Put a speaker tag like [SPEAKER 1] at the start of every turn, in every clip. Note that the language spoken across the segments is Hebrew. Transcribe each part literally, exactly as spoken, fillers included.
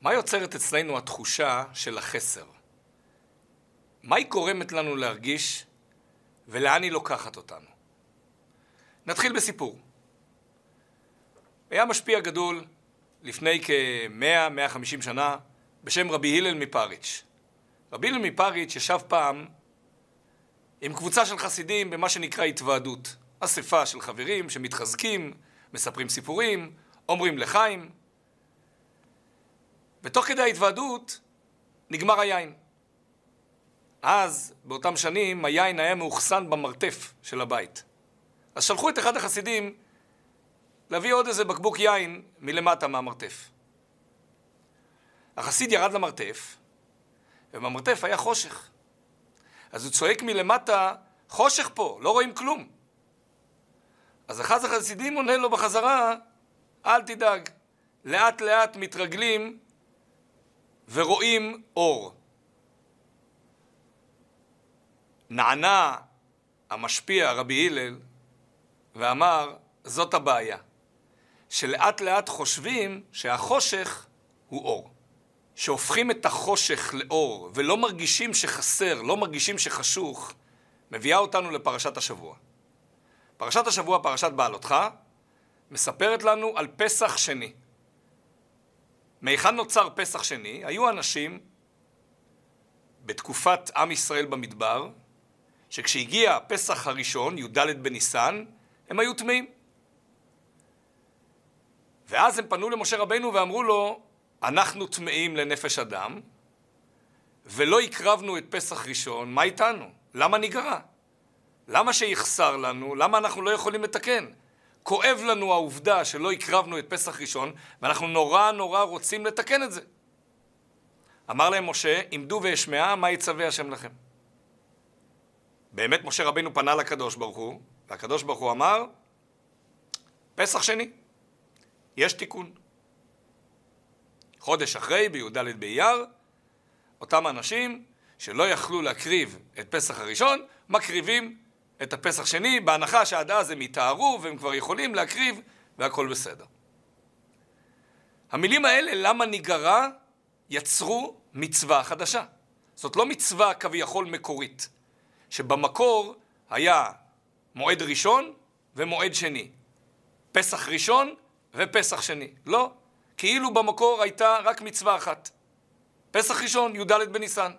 [SPEAKER 1] מה יוצרת אצלנו התחושה של החסר? מה היא גורמת לנו להרגיש ולאן היא לוקחת אותנו? נתחיל בסיפור. היה משפיע גדול לפני כ-מאה עד מאה וחמישים שנה בשם רבי הלל מפריץ'. רבי הלל מפריץ' ישב פעם עם קבוצה של חסידים במה שנקרא התוועדות. אספה של חברים שמתחזקים, מספרים סיפורים, אומרים לחיים. ותוך כדי ההתוועדות נגמר היין. אז באותם שנים היין היה מאוחסן במרתף של הבית. אז שלחו את אחד החסידים להביא עוד איזה בקבוק יין מלמטה מהמרתף. החסיד ירד למרתף, ובמרתף היה חושך. אז הוא צועק מלמטה, חושך פה, לא רואים כלום. אז אחד החסידים עונה לו בחזרה, אל תדאג, לאט לאט מתרגלים ורואים אור. נענה המשפיע רבי הלל ואמר, זאת הבעיה, שלאט לאט חושבים שהחושך הוא אור. שהופכים את החושך לאור ולא מרגישים שחסר, לא מרגישים שחשוך, מביאה אותנו לפרשת השבוע. פרשת השבוע, פרשת בעלותך, מספרת לנו על פסח שני. מהיכן נוצר פסח שני? היו אנשים בתקופת עם ישראל במדבר, שכשהגיע הפסח הראשון, י"ד בניסן, הם היו טמאים. ואז הם פנו למשה רבנו ואמרו לו, אנחנו טמאים לנפש אדם, ולא הקרבנו את פסח ראשון, מה איתנו? למה נגרע? למה שיחסר לנו? למה אנחנו לא יכולים לתקן? כואב לנו העובדה שלא הקרבנו את פסח ראשון, ואנחנו נורא נורא רוצים לתקן את זה. אמר להם משה, עמדו ואשמעה, מה יצווה השם לכם? באמת משה רבנו פנה לקדוש ברוך הוא, והקדוש ברוך הוא אמר, פסח שני, יש תיקון. חודש אחרי, בי"ד באייר, אותם אנשים שלא יכלו להקריב את פסח הראשון, מקריבים את הפסח שני, בהנחה שעד אז הם יתארו והם כבר יכולים להקריב והכל בסדר. המילים האלה, למה נגרע, יצרו מצווה חדשה. זאת לא מצווה כביכול מקורית, שבמקור היה מועד ראשון ומועד שני. פסח ראשון ופסח שני. לא. כאילו במקור הייתה רק מצווה אחת. פסח ראשון, י"ד בניסן.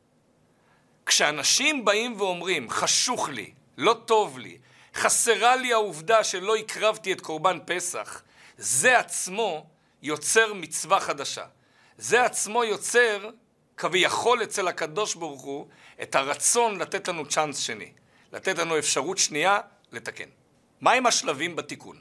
[SPEAKER 1] כשאנשים באים ואומרים, חשוך לי, לא טוב לי, חסרה לי העובדה שלא הקרבתי את קורבן פסח, זה עצמו יוצר מצווה חדשה. זה עצמו יוצר, כביכול אצל הקדוש ברוך הוא, את הרצון לתת לנו צ'אנס שני. לתת לנו אפשרות שנייה לתקן. מהם השלבים בתיקון?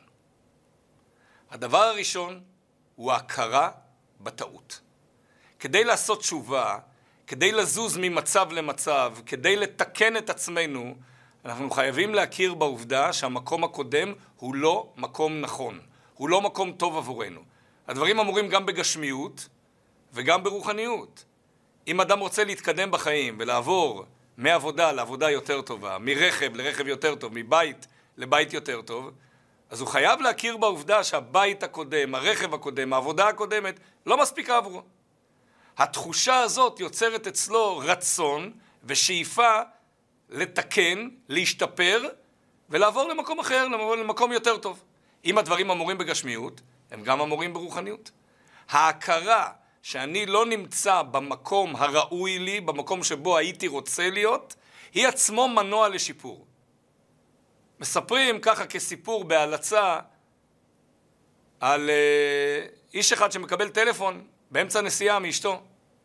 [SPEAKER 1] הדבר הראשון, הוא ההכרה בטעות. כדי לעשות תשובה, כדי לזוז ממצב למצב, כדי לתקן את עצמנו, אנחנו חייבים להכיר בעובדה שהמקום הקודם הוא לא מקום נכון, הוא לא מקום טוב עבורנו. הדברים אמורים גם בגשמיות וגם ברוחניות. אם אדם רוצה להתקדם בחיים ולעבור מעבודה לעבודה יותר טובה, מרכב לרכב יותר טוב, מבית לבית יותר טוב, אז הוא חייב להכיר בעובדה שהבית הקודם, הרכב הקודם, העבודה הקודמת, לא מספיקה עבורו. התחושה הזאת יוצרת אצלו רצון ושאיפה לתקן, להשתפר ולעבור למקום אחר, למקום יותר טוב. אם הדברים אמורים בגשמיות, הם גם אמורים ברוחניות. ההכרה שאני לא נמצא במקום הראוי לי, במקום שבו הייתי רוצה להיות, היא עצמו מנוע לשיפור. מספרים ככה כסיפור בהלצה על uh, איש אחד שמקבל טלפון באמצע נסיעה מאשתו.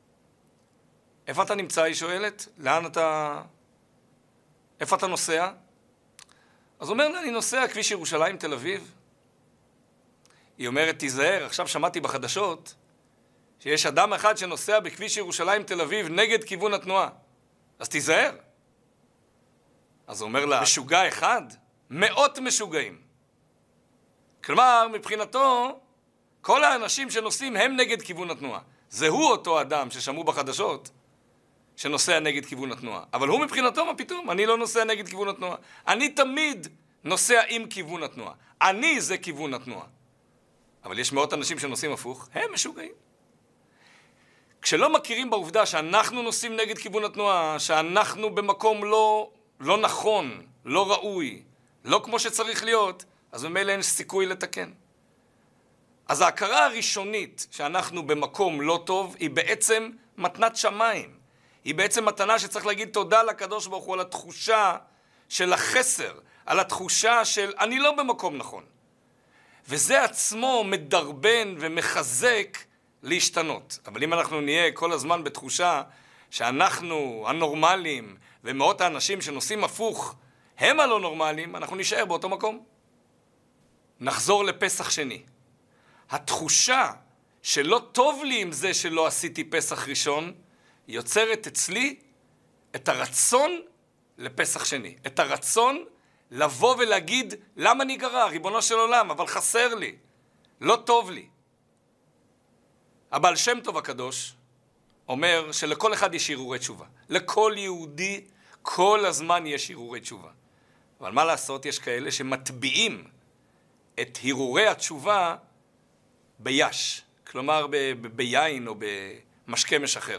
[SPEAKER 1] איפה אתה נמצא? היא שואלת. לאן אתה... איפה אתה נוסע? אז הוא אומר לה, אני נוסע כביש ירושלים תל אביב. היא אומרת, תיזהר, עכשיו שמעתי בחדשות שיש אדם אחד שנוסע בכביש ירושלים תל אביב נגד כיוון התנועה. אז תיזהר. אז הוא אומר לה, משוגע אחד? מאות משוגעים. כלומר, מבחינתו, כל האנשים שנוסעים הם נגד כיוון התנועה. זהו אותו אדם ששמעו בחדשות שנוסע נגד כיוון התנועה. אבל הוא מבחינתו, מה פתאום? אני לא נוסע נגד כיוון התנועה. אני תמיד נוסע עם כיוון התנועה. אני זה כיוון התנועה. אבל יש מאות אנשים שנוסעים הפוך, הם משוגעים. כשלא מכירים בעובדה שאנחנו נוסעים נגד כיוון התנועה, שאנחנו במקום לא, לא נכון, לא ראוי, לא כמו שצריך להיות, אז במילא אין סיכוי לתקן. אז ההכרה הראשונית שאנחנו במקום לא טוב היא בעצם מתנת שמיים. היא בעצם מתנה שצריך להגיד תודה לקדוש ברוך הוא על התחושה של החסר, על התחושה של אני לא במקום נכון. וזה עצמו מדרבן ומחזק להשתנות. אבל אם אנחנו נהיה כל הזמן בתחושה שאנחנו הנורמליים ומאות האנשים שנוסעים הפוך הם הלא נורמליים, אנחנו נשאר באותו מקום. נחזור לפסח שני. התחושה שלא טוב לי עם זה שלא עשיתי פסח ראשון, יוצרת אצלי את הרצון לפסח שני. את הרצון לבוא ולהגיד, למה ניגרע, ריבונו של עולם, אבל חסר לי, לא טוב לי. הבעל שם טוב הקדוש אומר שלכל אחד יש הרהורי תשובה. לכל יהודי כל הזמן יש הרהורי תשובה. אבל מה לעשות, יש כאלה שמטביעים את הרהורי התשובה ביש, כלומר ב- ב- ביין או במשקה משחרר.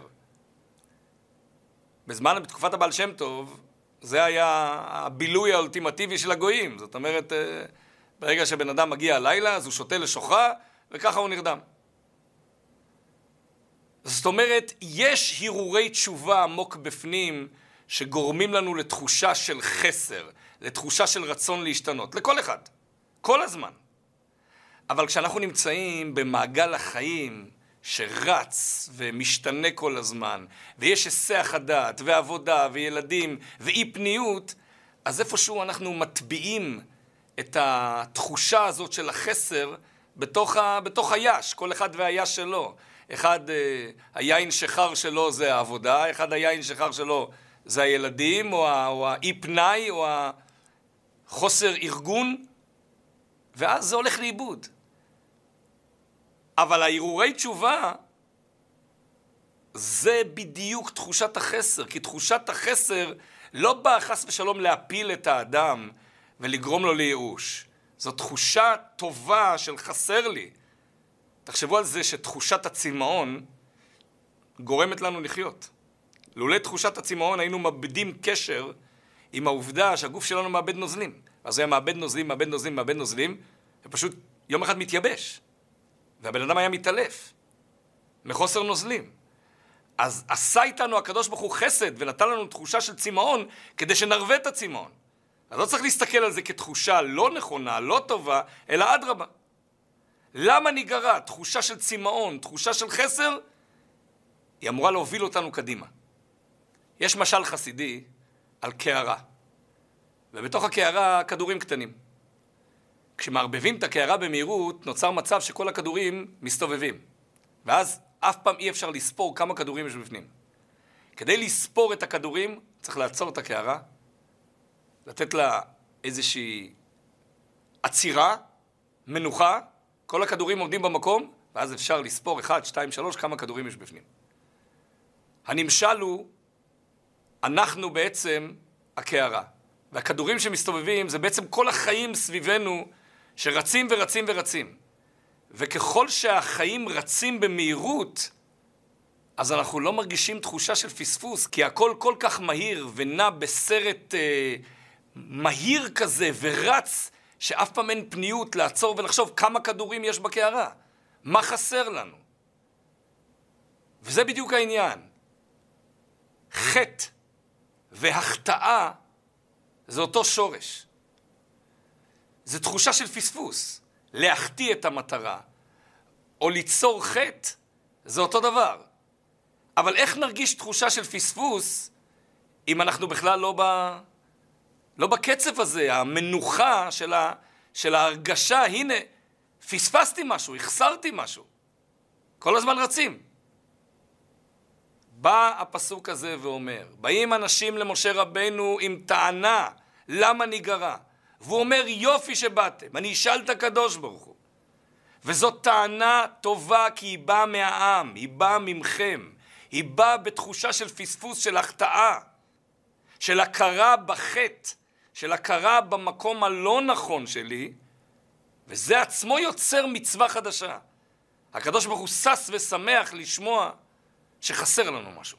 [SPEAKER 1] בזמן, בתקופת הבעל שם טוב, זה היה הבילוי האולטימטיבי של הגויים. זאת אומרת, ברגע שבן אדם מגיע הלילה, אז הוא שותה לשוכרה, וככה הוא נרדם. זאת אומרת, יש הרהורי תשובה עמוק בפנים, שגורמים לנו לתחושה של חסר, לתחושה של רצון להשתנות, לכל אחד, כל הזמן. אבל כשאנחנו נמצאים במעגל החיים שרץ ומשתנה כל הזמן, ויש היסח הדעת ועבודה וילדים ואי פניות, אז איפשהו אנחנו מטביעים את התחושה הזאת של החסר בתוך, ה, בתוך היש, כל אחד והיש שלו. אחד, היין שחר שלו זה העבודה, אחד היין שחר שלו זה הילדים, או, ה, או האי פנאי, או החוסר ארגון, ואז זה הולך לאיבוד. אבל ההרהורי תשובה זה בדיוק תחושת החסר, כי תחושת החסר לא באה חס ושלום להפיל את האדם ולגרום לו לייאוש. זו תחושה טובה של חסר לי. תחשבו על זה שתחושת הצמאון גורמת לנו לחיות. לולא תחושת הצמאון היינו מאבדים קשר עם העובדה שהגוף שלנו מאבד נוזלים. אז היה מאבד נוזלים, מאבד נוזלים, מאבד נוזלים, ופשוט יום אחד מתייבש. והבן אדם היה מתעלף, מחוסר נוזלים. אז עשה איתנו הקדוש ברוך הוא חסד, ונתן לנו תחושה של צמאון, כדי שנרווה את הצמאון. אז לא צריך להסתכל על זה כתחושה לא נכונה, לא טובה, אלא אדרבה. למה ניגרע? תחושה של צמאון, תחושה של חסר, היא אמורה להוביל אותנו קדימה. יש משל חסידי על קערה, ובתוך הקערה כדורים קטנים. כשמערבבים את הקערה במהירות, נוצר מצב שכל הכדורים מסתובבים. ואז אף פעם אי אפשר לספור כמה כדורים יש בפנים. כדי לספור את הכדורים, צריך לעצור את הקערה, לתת לה איזושהי עצירה, מנוחה, כל הכדורים עומדים במקום, ואז אפשר לספור אחד, שתיים, שלוש, כמה כדורים יש בפנים. הנמשל הוא, אנחנו בעצם הקערה. והכדורים שמסתובבים זה בעצם כל החיים סביבנו שרצים ורצים ורצים. וככל שהחיים רצים במהירות, אז אנחנו לא מרגישים תחושה של פספוס, כי הכל כל כך מהיר ונע בסרט אה, מהיר כזה ורץ, שאף פעם אין פניות לעצור ולחשוב כמה כדורים יש בקערה. מה חסר לנו? וזה בדיוק העניין. חטא והחטאה זה אותו שורש. זה תחושה של פספוס. להחטיא את המטרה או ליצור חטא זה אותו דבר. אבל איך נרגיש תחושה של פספוס אם אנחנו בכלל לא ב... לא בקצב הזה, המנוחה של, ה... של ההרגשה, הנה, פספסתי משהו, החסרתי משהו. כל הזמן רצים. בא הפסוק הזה ואומר, באים אנשים למשה רבנו עם טענה, למה ניגרע? והוא אומר, יופי שבאתם, אני אשאל את הקדוש ברוך הוא. וזאת טענה טובה כי היא באה מהעם, היא באה ממכם, היא באה בתחושה של פספוס, של החטאה, של הכרה בחטא, של הכרה במקום הלא נכון שלי, וזה עצמו יוצר מצווה חדשה. הקדוש ברוך הוא שש ושמח לשמוע שחסר לנו משהו.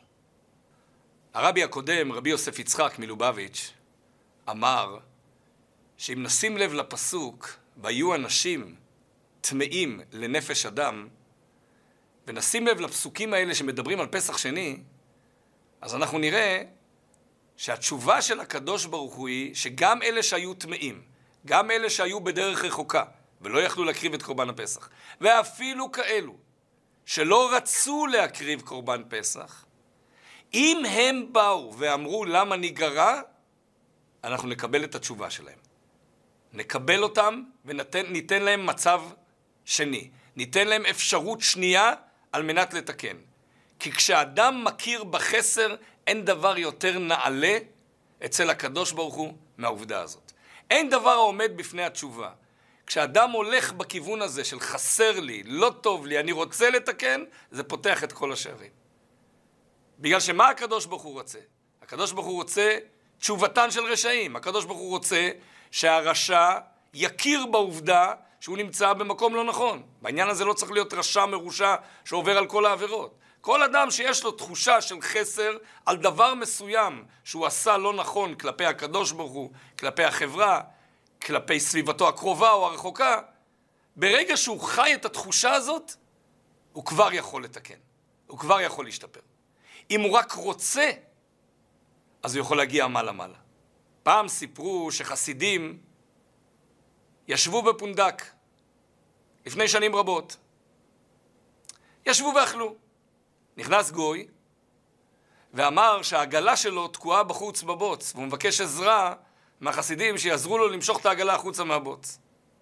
[SPEAKER 1] הרבי הקודם, רבי יוסף יצחק מלובביץ', אמר שאם נשים לב לפסוק, והיו אנשים טמאים לנפש אדם, ונשים לב לפסוקים האלה שמדברים על פסח שני, אז אנחנו נראה שהתשובה של הקדוש ברוך הוא היא שגם אלה שהיו טמאים, גם אלה שהיו בדרך רחוקה, ולא יכלו להקריב את קורבן הפסח, ואפילו כאלו שלא רצו להקריב קורבן פסח, אם הם באו ואמרו למה ניגרע, אנחנו נקבל את התשובה שלהם. נקבל אותם וניתן להם מצב שני. ניתן להם אפשרות שנייה על מנת לתקן. כי כשאדם מכיר בחסר, אין דבר יותר נעלה אצל הקדוש ברוך הוא מהעובדה הזאת. אין דבר העומד בפני התשובה. כשאדם הולך בכיוון הזה של חסר לי, לא טוב לי, אני רוצה לתקן, זה פותח את כל השערים. בגלל שמה הקדוש ברוך הוא רוצה? הקדוש ברוך הוא רוצה תשובתן של רשעים. הקדוש ברוך הוא רוצה שהרשע יכיר בעובדה שהוא נמצא במקום לא נכון. בעניין הזה לא צריך להיות רשע מרושע שעובר על כל העבירות. כל אדם שיש לו תחושה של חסר על דבר מסוים שהוא עשה לא נכון כלפי הקדוש ברוך הוא, כלפי החברה, כלפי סביבתו הקרובה או הרחוקה, ברגע שהוא חי את התחושה הזאת, הוא כבר יכול לתקן. הוא כבר יכול להשתפר. אם הוא רק רוצה, אז הוא יכול להגיע מעלה-מעלה. פעם סיפרו שחסידים ישבו בפונדק לפני שנים רבות. ישבו ואכלו. נכנס גוי ואמר שהעגלה שלו תקועה בחוץ בבוץ, והוא מבקש עזרה מהחסידים שיעזרו לו למשוך את העגלה החוצה מהבוץ.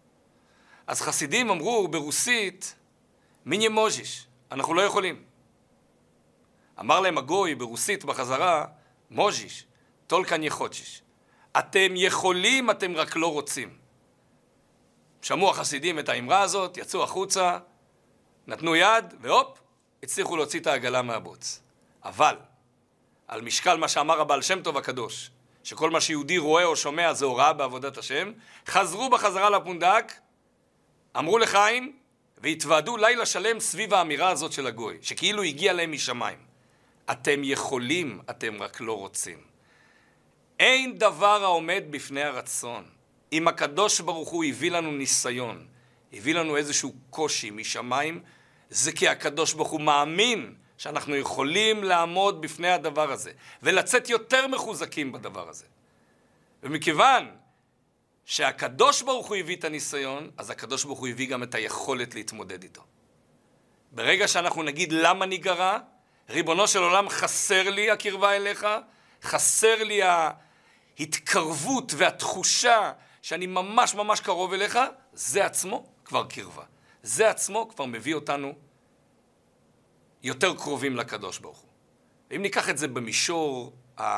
[SPEAKER 1] אז חסידים אמרו ברוסית, מיני מוז'יש, אנחנו לא יכולים. אמר להם הגוי ברוסית בחזרה, מוז'יש, תולקן יחודשיש. אתם יכולים, אתם רק לא רוצים. שמעו החסידים את האמרה הזאת, יצאו החוצה, נתנו יד, והופ, הצליחו להוציא את העגלה מהבוץ. אבל, על משקל מה שאמר הבעל שם טוב הקדוש, שכל מה שיהודי רואה או שומע זה הוראה בעבודת השם, חזרו בחזרה לפונדק, אמרו לחיים, והתוועדו לילה שלם סביב האמירה הזאת של הגוי, שכאילו הגיע להם משמיים. אתם יכולים, אתם רק לא רוצים. אין דבר העומד בפני הרצון. אם הקדוש ברוך הוא הביא לנו ניסיון, הביא לנו איזשהו קושי משמיים, זה כי הקדוש ברוך הוא מאמין שאנחנו יכולים לעמוד בפני הדבר הזה, ולצאת יותר מחוזקים בדבר הזה. ומכיוון שהקדוש ברוך הוא הביא את הניסיון, אז הקדוש ברוך הוא הביא גם את היכולת להתמודד איתו. ברגע שאנחנו נגיד למה ניגרע, ריבונו של עולם חסר לי הקרבה אליך, חסר לי ההתקרבות והתחושה שאני ממש ממש קרוב אליך, זה עצמו כבר קרבה. זה עצמו כבר מביא אותנו יותר קרובים לקדוש ברוך הוא. ואם ניקח את זה במישור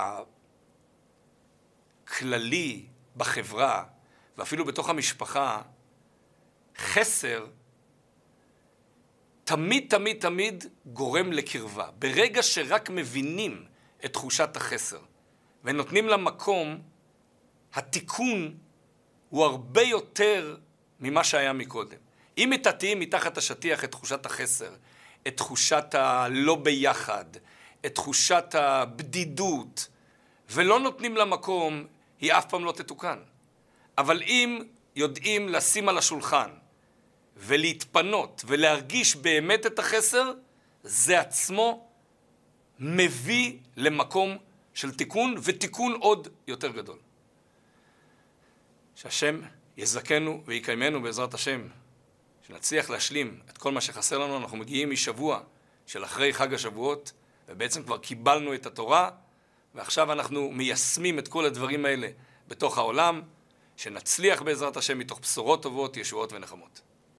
[SPEAKER 1] הכללי בחברה, ואפילו בתוך המשפחה, חסר תמיד תמיד תמיד גורם לקרבה. ברגע שרק מבינים את תחושת החסר ונותנים לה מקום, התיקון הוא הרבה יותר ממה שהיה מקודם. אם מטאטאים מתחת השטיח את תחושת החסר, את תחושת הלא ביחד, את תחושת הבדידות, ולא נותנים לה מקום, היא אף פעם לא תתוקן. אבל אם יודעים לשים על השולחן ולהתפנות ולהרגיש באמת את החסר, זה עצמו מביא למקום של תיקון, ותיקון עוד יותר גדול. שהשם יזכנו ויקיימנו בעזרת השם, שנצליח להשלים את כל מה שחסר לנו. אנחנו מגיעים משבוע של אחרי חג השבועות, ובעצם כבר קיבלנו את התורה, ועכשיו אנחנו מיישמים את כל הדברים האלה בתוך העולם, שנצליח בעזרת השם מתוך בשורות טובות, ישועות ונחמות.